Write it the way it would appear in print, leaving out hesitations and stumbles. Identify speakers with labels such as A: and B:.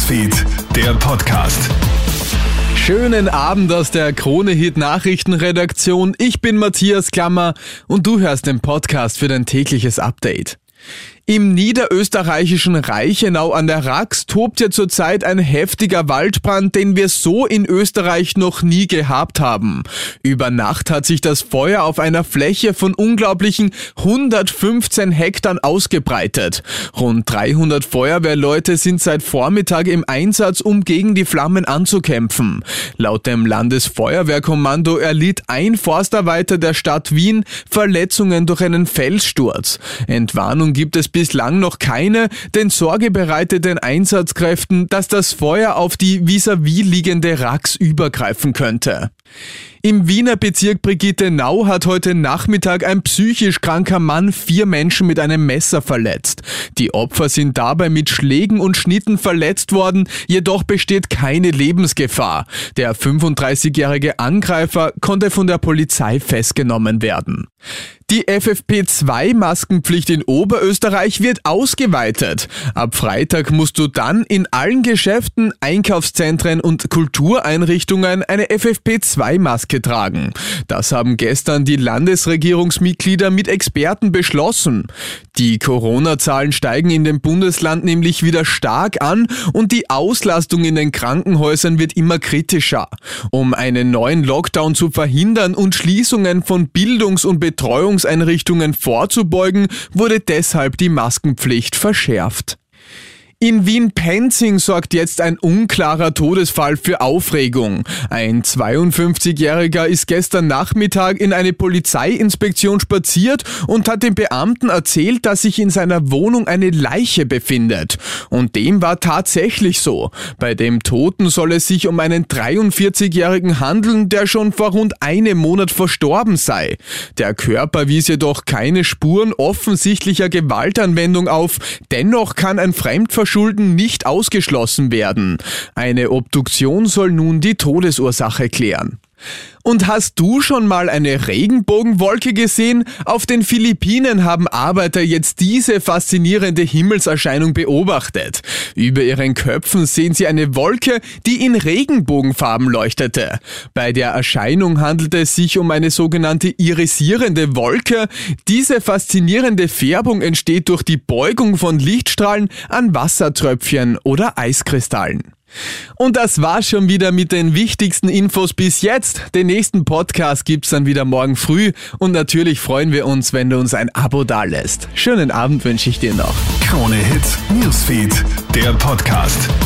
A: Newsfeed, der Podcast.
B: Schönen Abend aus der Krone-Hit Nachrichtenredaktion. Ich bin Matthias Klammer und du hörst den Podcast für dein tägliches Update. Im niederösterreichischen Reichenau an der Rax tobt ja zurzeit ein heftiger Waldbrand, den wir so in Österreich noch nie gehabt haben. Über Nacht hat sich das Feuer auf einer Fläche von unglaublichen 115 Hektar ausgebreitet. Rund 300 Feuerwehrleute sind seit Vormittag im Einsatz, um gegen die Flammen anzukämpfen. Laut dem Landesfeuerwehrkommando erlitt ein Forstarbeiter der Stadt Wien Verletzungen durch einen Felssturz. Entwarnung gibt es bislang noch keine, denn Sorge bereitet den Einsatzkräften, dass das Feuer auf die vis-à-vis liegende Rax übergreifen könnte. Im Wiener Bezirk Brigittenau hat heute Nachmittag ein psychisch kranker Mann 4 Menschen mit einem Messer verletzt. Die Opfer sind dabei mit Schlägen und Schnitten verletzt worden, jedoch besteht keine Lebensgefahr. Der 35-jährige Angreifer konnte von der Polizei festgenommen werden. Die FFP2-Maskenpflicht in Oberösterreich wird ausgeweitet. Ab Freitag musst du dann in allen Geschäften, Einkaufszentren und Kultureinrichtungen eine FFP2-Maske tragen. Das haben gestern die Landesregierungsmitglieder mit Experten beschlossen. Die Corona-Zahlen steigen in dem Bundesland nämlich wieder stark an und die Auslastung in den Krankenhäusern wird immer kritischer. Um einen neuen Lockdown zu verhindern und Schließungen von Bildungs- und Betreuungseinrichtungen vorzubeugen, wurde deshalb die Maskenpflicht verschärft. In Wien-Penzing sorgt jetzt ein unklarer Todesfall für Aufregung. Ein 52-Jähriger ist gestern Nachmittag in eine Polizeiinspektion spaziert und hat den Beamten erzählt, dass sich in seiner Wohnung eine Leiche befindet. Und dem war tatsächlich so. Bei dem Toten soll es sich um einen 43-Jährigen handeln, der schon vor rund einem Monat verstorben sei. Der Körper wies jedoch keine Spuren offensichtlicher Gewaltanwendung auf. Dennoch kann ein Fremdverschulden nicht ausgeschlossen werden. Eine Obduktion soll nun die Todesursache klären. Und hast du schon mal eine Regenbogenwolke gesehen? Auf den Philippinen haben Arbeiter jetzt diese faszinierende Himmelserscheinung beobachtet. Über ihren Köpfen sehen sie eine Wolke, die in Regenbogenfarben leuchtete. Bei der Erscheinung handelt es sich um eine sogenannte irisierende Wolke. Diese faszinierende Färbung entsteht durch die Beugung von Lichtstrahlen an Wassertröpfchen oder Eiskristallen. Und das war's schon wieder mit den wichtigsten Infos bis jetzt. Den nächsten Podcast gibt's dann wieder morgen früh und natürlich freuen wir uns, wenn du uns ein Abo dalässt. Schönen Abend wünsche ich dir noch.
A: Krone-Hit Newsfeed, der Podcast.